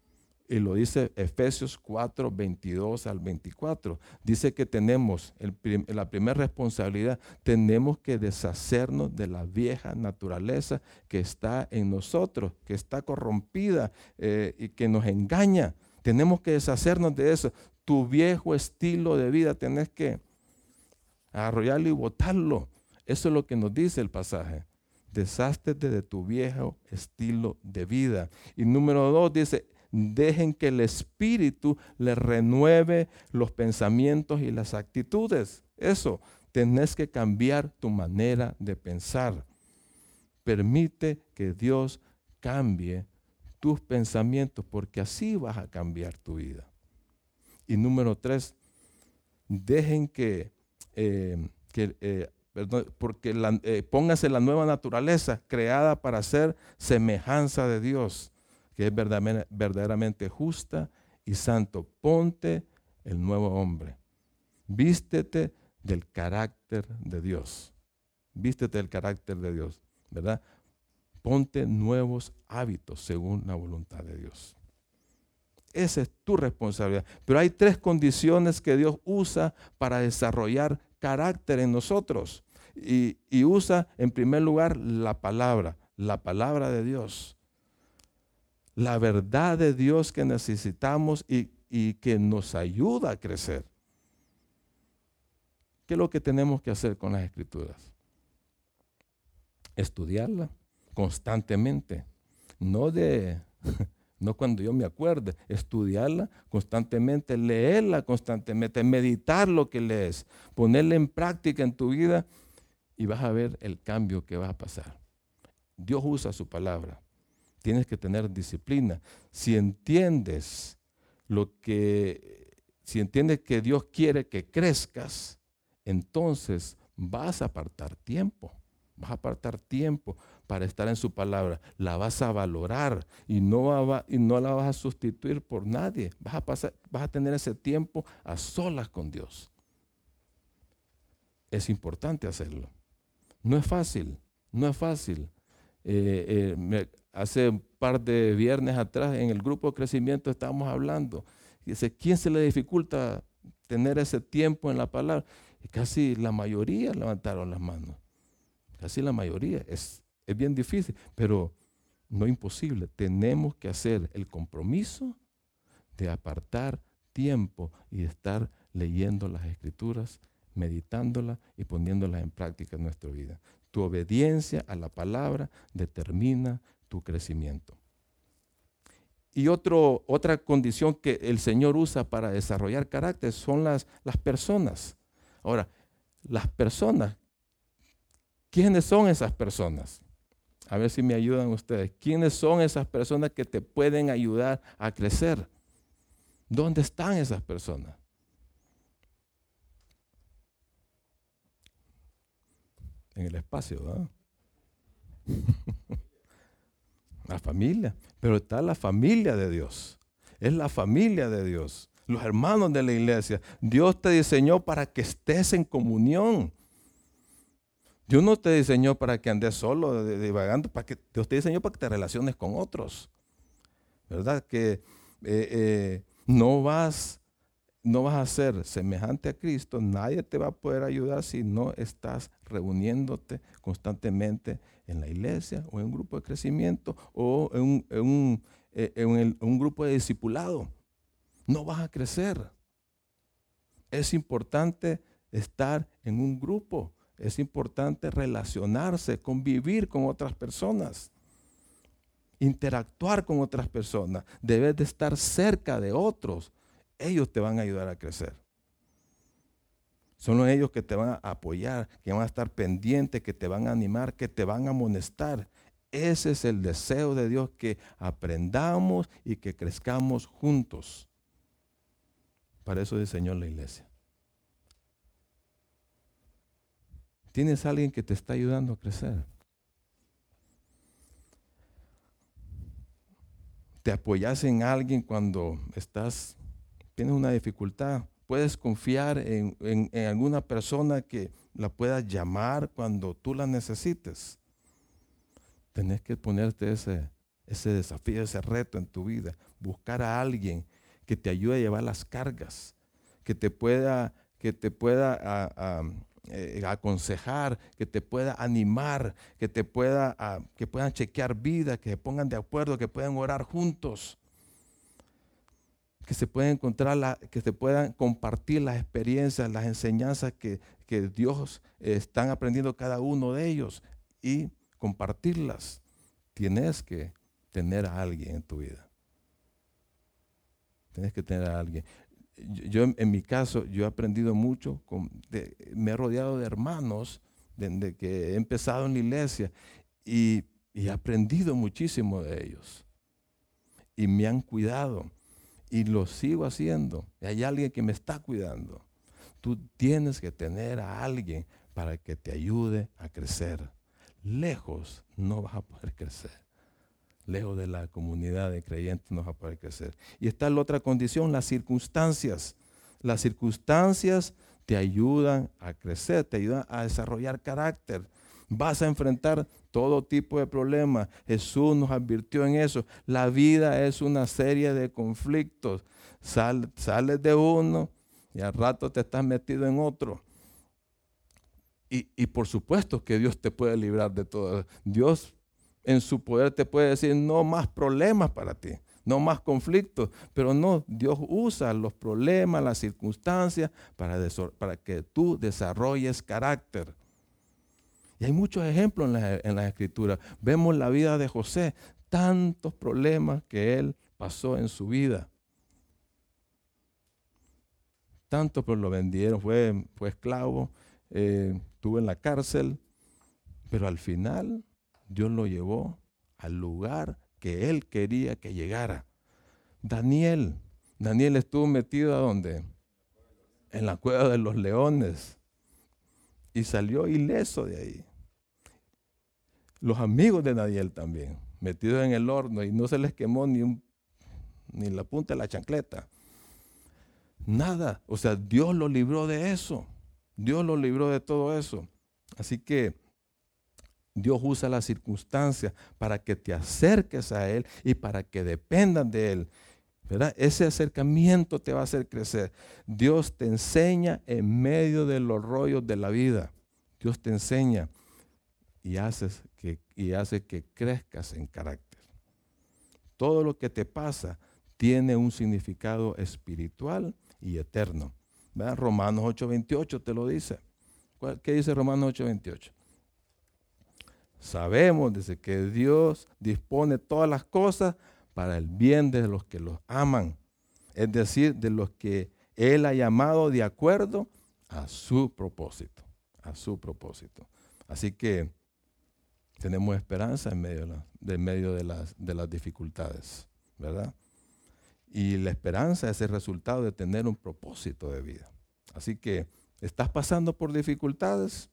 Y lo dice Efesios cuatro, veintidós al veinticuatro. Dice que tenemos el prim- la primera responsabilidad, tenemos que deshacernos de la vieja naturaleza que está en nosotros, que está corrompida eh, y que nos engaña. Tenemos que deshacernos de eso. Tu viejo estilo de vida tenés que arrollarlo y botarlo. Eso es lo que nos dice el pasaje. Deshazte de tu viejo estilo de vida. Y número dos dice, dejen que el Espíritu les renueve los pensamientos y las actitudes. Eso, tenés que cambiar tu manera de pensar. Permite que Dios cambie tus pensamientos, porque así vas a cambiar tu vida. Y número tres, dejen que, eh, que eh, perdón, porque la, eh, póngase la nueva naturaleza creada para ser semejanza de Dios, que es verdaderamente, verdaderamente justa y santo. Ponte el nuevo hombre. Vístete del carácter de Dios. Vístete del carácter de Dios, ¿verdad? Ponte nuevos hábitos según la voluntad de Dios. Esa es tu responsabilidad. Pero hay tres condiciones que Dios usa para desarrollar carácter en nosotros. Y, y usa en primer lugar la palabra, la palabra de Dios. La verdad de Dios que necesitamos y, y que nos ayuda a crecer. ¿Qué es lo que tenemos que hacer con las Escrituras? Estudiarla constantemente. No de... No cuando yo me acuerde, estudiarla constantemente, leerla constantemente, meditar lo que lees, ponerla en práctica en tu vida y vas a ver el cambio que va a pasar. Dios usa su palabra. Tienes que tener disciplina. Si entiendes lo que, si entiendes que Dios quiere que crezcas, entonces vas a apartar tiempo. Vas a apartar tiempo para estar en su palabra. La vas a valorar y no, va, y no la vas a sustituir por nadie. Vas a, pasar, vas a tener ese tiempo a solas con Dios. Es importante hacerlo. No es fácil, no es fácil. Eh, eh, me, hace un par de viernes atrás en el grupo de crecimiento estábamos hablando. Y dice, ¿quién se le dificulta tener ese tiempo en la palabra? Y casi la mayoría levantaron las manos. Casi la mayoría. Es, es bien difícil, pero no imposible. Tenemos que hacer el compromiso de apartar tiempo y estar leyendo las Escrituras, meditándolas y poniéndolas en práctica en nuestra vida. Tu obediencia a la palabra determina tu crecimiento. Y otro, otra condición que el Señor usa para desarrollar carácter son las, las personas. Ahora, las personas, ¿quiénes son esas personas? A ver si me ayudan ustedes. ¿Quiénes son esas personas que te pueden ayudar a crecer? ¿Dónde están esas personas? En el espacio, ¿verdad? La familia. Pero está la familia de Dios. Es la familia de Dios. Los hermanos de la iglesia. Dios te diseñó para que estés en comunión. Dios no te diseñó para que andes solo, divagando, para que Dios te diseñó para que te relaciones con otros. ¿Verdad? Que eh, eh, no vas, no vas a ser semejante a Cristo, nadie te va a poder ayudar si no estás reuniéndote constantemente en la iglesia o en un grupo de crecimiento o en un, en un, en el, en un grupo de discipulado. No vas a crecer. Es importante estar en un grupo. Es importante relacionarse, convivir con otras personas, interactuar con otras personas. Debes de estar cerca de otros. Ellos te van a ayudar a crecer. Son ellos que te van a apoyar, que van a estar pendientes, que te van a animar, que te van a amonestar. Ese es el deseo de Dios, que aprendamos y que crezcamos juntos. Para eso diseñó la iglesia. ¿Tienes a alguien que te está ayudando a crecer? ¿Te apoyas en alguien cuando estás, tienes una dificultad? ¿Puedes confiar en, en, en alguna persona que la puedas llamar cuando tú la necesites? Tenés que ponerte ese, ese desafío, ese reto en tu vida. Buscar a alguien que te ayude a llevar las cargas, que te pueda, que te pueda a, a, eh, aconsejar, que te pueda animar, que te pueda, a, que puedan chequear vida, que se pongan de acuerdo, que puedan orar juntos, que se puedan encontrar, la, que se puedan compartir las experiencias, las enseñanzas que, que Dios eh, están aprendiendo cada uno de ellos y compartirlas. Tienes que tener a alguien en tu vida. Tienes que tener a alguien. Yo, yo en mi caso, yo he aprendido mucho, con, de, me he rodeado de hermanos desde que he empezado en la iglesia y, y he aprendido muchísimo de ellos. Y me han cuidado y lo sigo haciendo. Y hay alguien que me está cuidando. Tú tienes que tener a alguien para que te ayude a crecer. Lejos no vas a poder crecer. Lejos de la comunidad de creyentes no vas a poder crecer. Y está la otra condición, las circunstancias. Las circunstancias te ayudan a crecer, te ayudan a desarrollar carácter. Vas a enfrentar todo tipo de problemas. Jesús nos advirtió en eso. La vida es una serie de conflictos. Sal, sales de uno y al rato te estás metido en otro. Y, y por supuesto que Dios te puede librar de todo. Dios en su poder te puede decir no más problemas para ti, no más conflictos. Pero no, Dios usa los problemas, las circunstancias para, para que tú desarrolles carácter. Y hay muchos ejemplos en la, en la Escritura. Vemos la vida de José, tantos problemas que él pasó en su vida. Tanto, pero lo vendieron, fue, fue esclavo, eh, estuvo en la cárcel, pero al final Dios lo llevó al lugar que él quería que llegara. Daniel, Daniel estuvo metido ¿a dónde? En la cueva de los leones. Y salió ileso de ahí. Los amigos de Daniel también, metidos en el horno y no se les quemó ni, un, ni la punta de la chancleta. Nada. O sea, Dios lo libró de eso. Dios lo libró de todo eso. Así que Dios usa las circunstancias para que te acerques a Él y para que dependan de Él. ¿Verdad? Ese acercamiento te va a hacer crecer. Dios te enseña en medio de los rollos de la vida. Dios te enseña y, haces que, y hace que crezcas en carácter. Todo lo que te pasa tiene un significado espiritual y eterno. ¿Verdad? Romanos ocho veintiocho te lo dice. ¿Qué dice Romanos ocho veintiocho? Sabemos desde que Dios dispone todas las cosas para el bien de los que los aman, es decir, de los que Él ha llamado de acuerdo a su propósito, a su propósito. Así que tenemos esperanza en medio de, la, de, medio de, las, de las dificultades, ¿verdad? Y la esperanza es el resultado de tener un propósito de vida. Así que, ¿estás pasando por dificultades?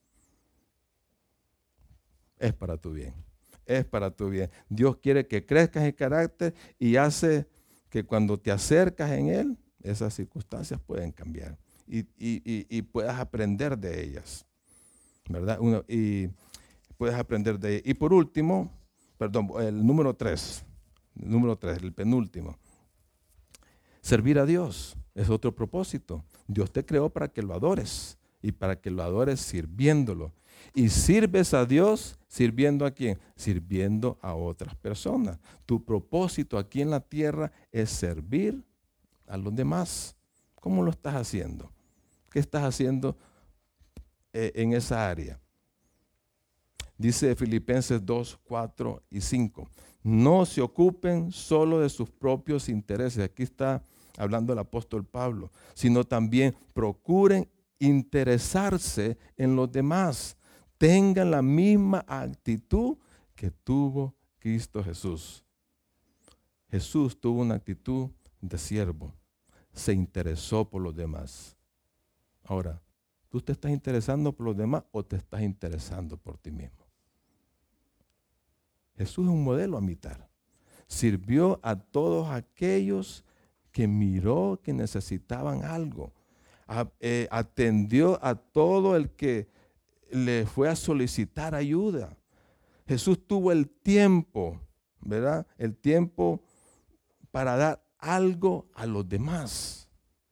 Es para tu bien. Es para tu bien. Dios quiere que crezcas en carácter y hace que cuando te acercas en Él, esas circunstancias pueden cambiar y, y, y, y puedas aprender de ellas, ¿verdad? Uno, y puedes aprender de ellas. Y por último, perdón, el número tres, el número tres, el penúltimo. Servir a Dios es otro propósito. Dios te creó para que lo adores y para que lo adores sirviéndolo. Y sirves a Dios sirviendo ¿a quién? Sirviendo a otras personas. Tu propósito aquí en la tierra es servir a los demás. ¿Cómo lo estás haciendo? ¿Qué estás haciendo eh, en esa área? Dice Filipenses dos, cuatro y cinco. No se ocupen solo de sus propios intereses. Aquí está hablando el apóstol Pablo. Sino también procuren interesarse en los demás. Tengan la misma actitud que tuvo Cristo Jesús. Jesús tuvo una actitud de siervo. Se interesó por los demás. Ahora, ¿tú te estás interesando por los demás o te estás interesando por ti mismo? Jesús es un modelo a imitar. Sirvió a todos aquellos que miró que necesitaban algo. A, eh, atendió a todo el que le fue a solicitar ayuda. Jesús tuvo el tiempo, ¿verdad? El tiempo para dar algo a los demás.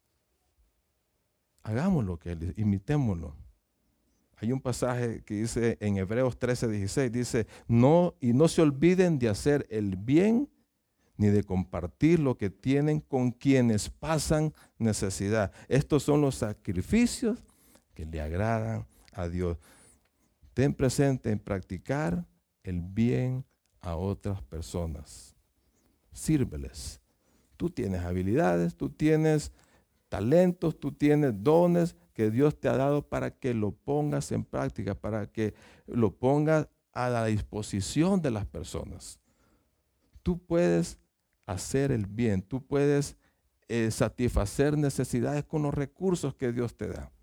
Hagámoslo, que imitémoslo. Hay un pasaje que dice en Hebreos trece, dieciséis, dice, no, y no se olviden de hacer el bien ni de compartir lo que tienen con quienes pasan necesidad. Estos son los sacrificios que le agradan a Dios. Ten presente en practicar el bien a otras personas. Sírveles. Tú tienes habilidades, tú tienes talentos, tú tienes dones que Dios te ha dado para que lo pongas en práctica, para que lo pongas a la disposición de las personas. Tú puedes hacer el bien, tú puedes eh, satisfacer necesidades con los recursos que Dios te da.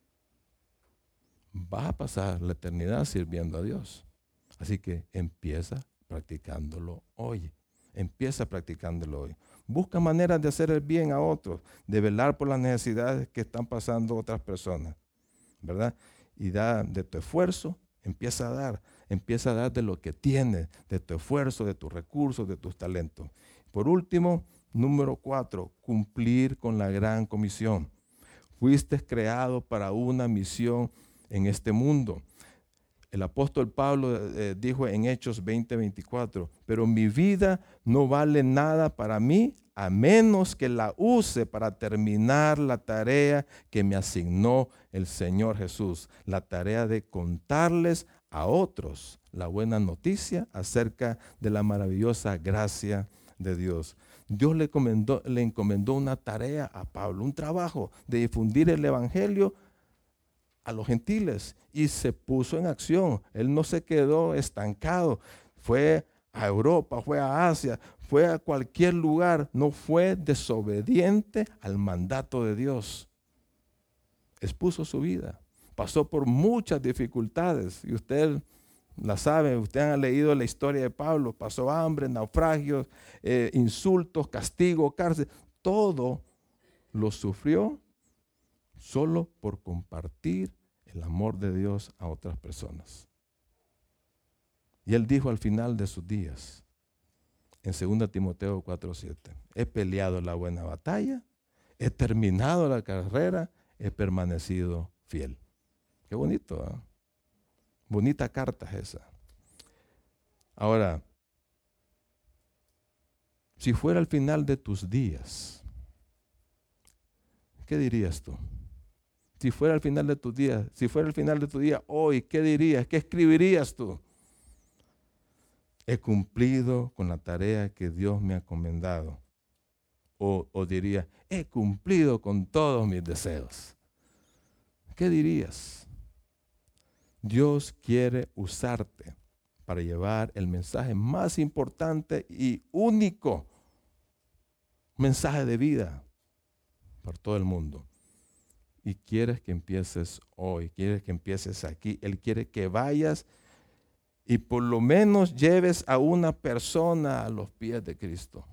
Vas a pasar la eternidad sirviendo a Dios. Así que empieza practicándolo hoy. Empieza practicándolo hoy. Busca maneras de hacer el bien a otros, de velar por las necesidades que están pasando otras personas, ¿verdad? Y da de tu esfuerzo, empieza a dar, empieza a dar de lo que tienes, de tu esfuerzo, de tus recursos, de tus talentos. Por último, número cuatro, cumplir con la gran comisión. Fuiste creado para una misión en este mundo. El apóstol Pablo eh, dijo en Hechos veinte, veinticuatro, pero mi vida no vale nada para mí a menos que la use para terminar la tarea que me asignó el Señor Jesús, la tarea de contarles a otros la buena noticia acerca de la maravillosa gracia de Dios. Dios le encomendó, le encomendó una tarea a Pablo, un trabajo de difundir el evangelio a los gentiles, y se puso en acción. Él no se quedó estancado. Fue a Europa, fue a Asia, fue a cualquier lugar. No fue desobediente al mandato de Dios. Expuso su vida. Pasó por muchas dificultades, y usted la sabe, usted ha leído la historia de Pablo. Pasó hambre, naufragios, eh, insultos, castigo, cárcel. Todo lo sufrió solo por compartir el amor de Dios a otras personas. Y él dijo al final de sus días, en segunda Timoteo cuatro, siete, he peleado la buena batalla, he terminado la carrera, he permanecido fiel. Qué bonito, ¿eh? Bonita carta es esa. Ahora, si fuera el final de tus días, ¿qué dirías tú? Si fuera el final de tus días, si fuera el final de tu día hoy, ¿qué dirías? ¿Qué escribirías tú? He cumplido con la tarea que Dios me ha encomendado. O, o diría, he cumplido con todos mis deseos. ¿Qué dirías? Dios quiere usarte para llevar el mensaje más importante y único, mensaje de vida por todo el mundo. Y quieres que empieces hoy, quieres que empieces aquí. Él quiere que vayas y por lo menos lleves a una persona a los pies de Cristo.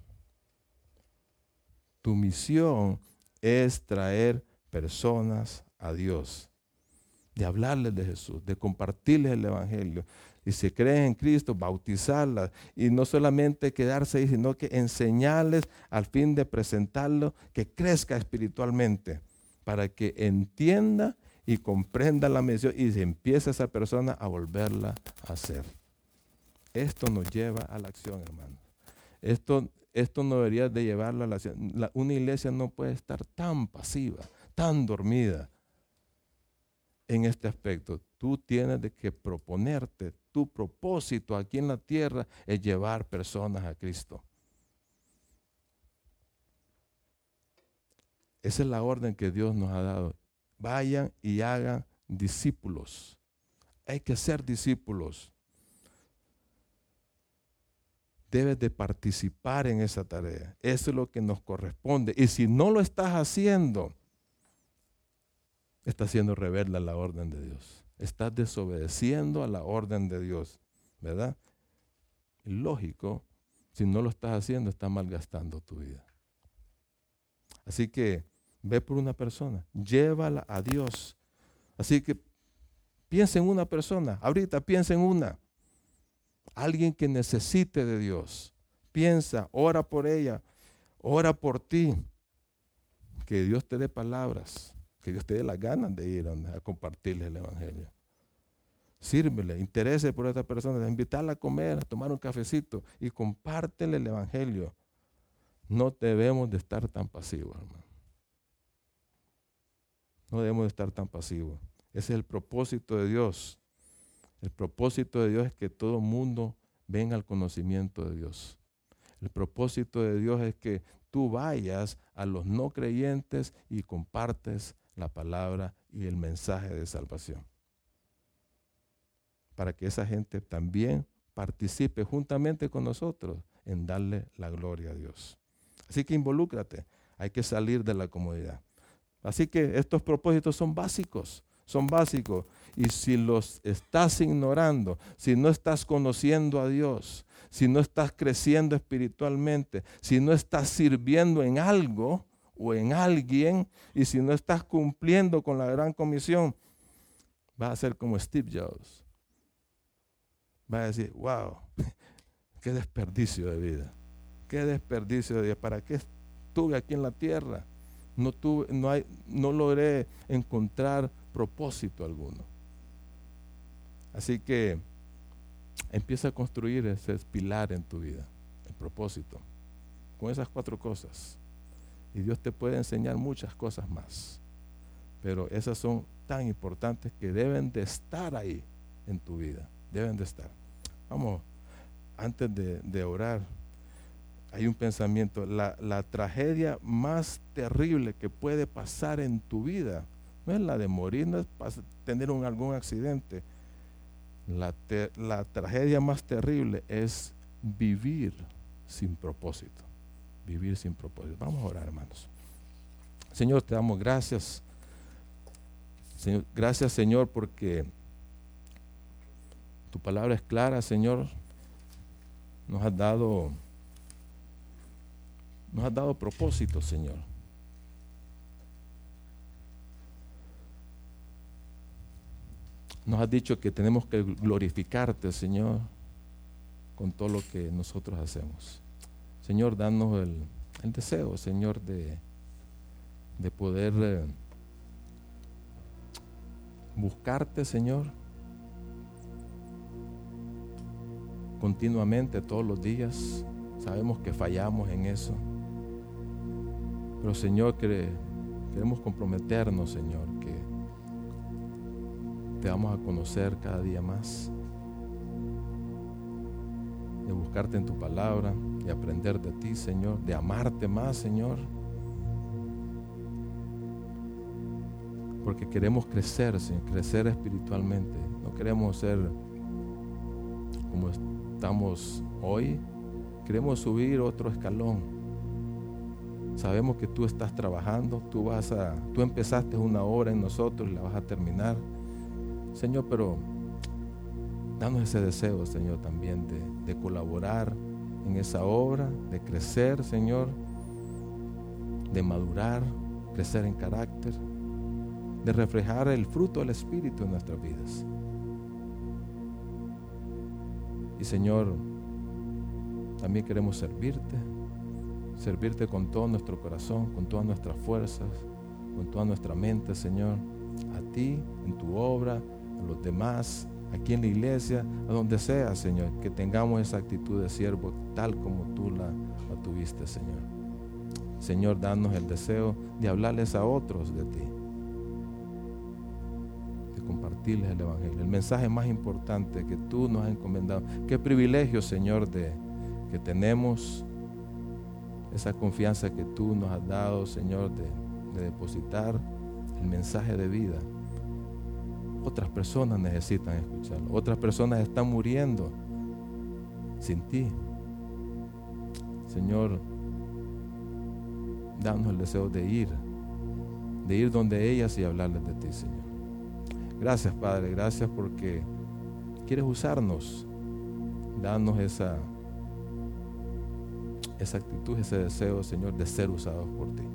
Tu misión es traer personas a Dios, de hablarles de Jesús, de compartirles el evangelio. Y si creen en Cristo, bautizarlas. Y no solamente quedarse ahí, sino que enseñarles al fin de presentarlo, que crezca espiritualmente, para que entienda y comprenda la misión y se empiece esa persona a volverla a hacer. Esto nos lleva a la acción, hermanos. Esto, esto no debería de llevarla a la acción. La, una iglesia no puede estar tan pasiva, tan dormida en este aspecto. Tú tienes de que proponerte, tu propósito aquí en la tierra es llevar personas a Cristo. Esa es la orden que Dios nos ha dado. Vayan y hagan discípulos. Hay que ser discípulos. Debes de participar en esa tarea. Eso es lo que nos corresponde. Y si no lo estás haciendo, estás siendo rebelde a la orden de Dios. Estás desobedeciendo a la orden de Dios, ¿verdad? Lógico, si no lo estás haciendo, estás malgastando tu vida. Así que ve por una persona, llévala a Dios. Así que piensa en una persona, ahorita piensa en una. Alguien que necesite de Dios. piensa, ora por ella, ora por ti. Que Dios te dé palabras, que Dios te dé las ganas de ir a, a compartirle el evangelio. Sírvele, interese por esta persona, invitarla a comer, a tomar un cafecito y compártele el evangelio. No debemos de estar tan pasivos, hermano. No debemos de estar tan pasivos. Ese es el propósito de Dios. El propósito de Dios es que todo el mundo venga al conocimiento de Dios. El propósito de Dios es que tú vayas a los no creyentes y compartes la palabra y el mensaje de salvación. Para que esa gente también participe juntamente con nosotros en darle la gloria a Dios. Así que involúcrate, hay que salir de la comodidad. Así que estos propósitos son básicos, son básicos. Y si los estás ignorando, si no estás conociendo a Dios, si no estás creciendo espiritualmente, si no estás sirviendo en algo o en alguien, y si no estás cumpliendo con la gran comisión, vas a ser como Steve Jobs. Vas a decir, wow, qué desperdicio de vida, qué desperdicio de vida, ¿para qué estuve aquí en la tierra? No, tuve, no, hay, no logré encontrar propósito alguno. Así que empieza a construir ese pilar en tu vida, el propósito, con esas cuatro cosas. Y Dios te puede enseñar muchas cosas más, pero esas son tan importantes que deben de estar ahí en tu vida, deben de estar. Vamos, antes de, de orar, hay un pensamiento, la, la tragedia más terrible que puede pasar en tu vida, no es la de morir, no es tener un, algún accidente. La, te, la tragedia más terrible es vivir sin propósito. Vivir sin propósito. Vamos a orar, hermanos. Señor, te damos gracias. Señor, gracias, Señor, porque tu palabra es clara, Señor. Nos has dado, nos has dado propósito, Señor. Nos has dicho que tenemos que glorificarte, Señor, con todo lo que nosotros hacemos. Señor, danos el, el deseo, Señor, de, de poder eh, buscarte, Señor, continuamente, todos los días. Sabemos que fallamos en eso. Pero, Señor, que, queremos comprometernos, Señor, que te vamos a conocer cada día más, de buscarte en tu palabra, de aprender de ti, Señor, de amarte más, Señor, porque queremos crecer, Señor, crecer espiritualmente. No queremos ser como estamos hoy, queremos subir otro escalón. Sabemos que tú estás trabajando, tú vas a, tú empezaste una obra en nosotros y la vas a terminar, Señor, pero danos ese deseo, Señor, también de, de colaborar en esa obra, de crecer, Señor, de madurar, crecer en carácter, de reflejar el fruto del Espíritu en nuestras vidas. Y, Señor, también queremos servirte, servirte con todo nuestro corazón, con todas nuestras fuerzas, con toda nuestra mente, Señor, a ti, en tu obra, a los demás, aquí en la iglesia, a donde sea, Señor, que tengamos esa actitud de siervo tal como tú la, la tuviste, Señor. Señor, danos el deseo de hablarles a otros de ti, de compartirles el evangelio, el mensaje más importante que tú nos has encomendado. Qué privilegio, Señor, de que tenemos esa confianza que tú nos has dado, Señor, de, de depositar el mensaje de vida. Otras personas necesitan escucharlo. Otras personas están muriendo sin ti. Señor, danos el deseo de ir, de ir donde ellas y hablarles de ti, Señor. Gracias, Padre, gracias porque quieres usarnos. Danos esa, esa actitud, ese deseo, Señor, de ser usados por ti.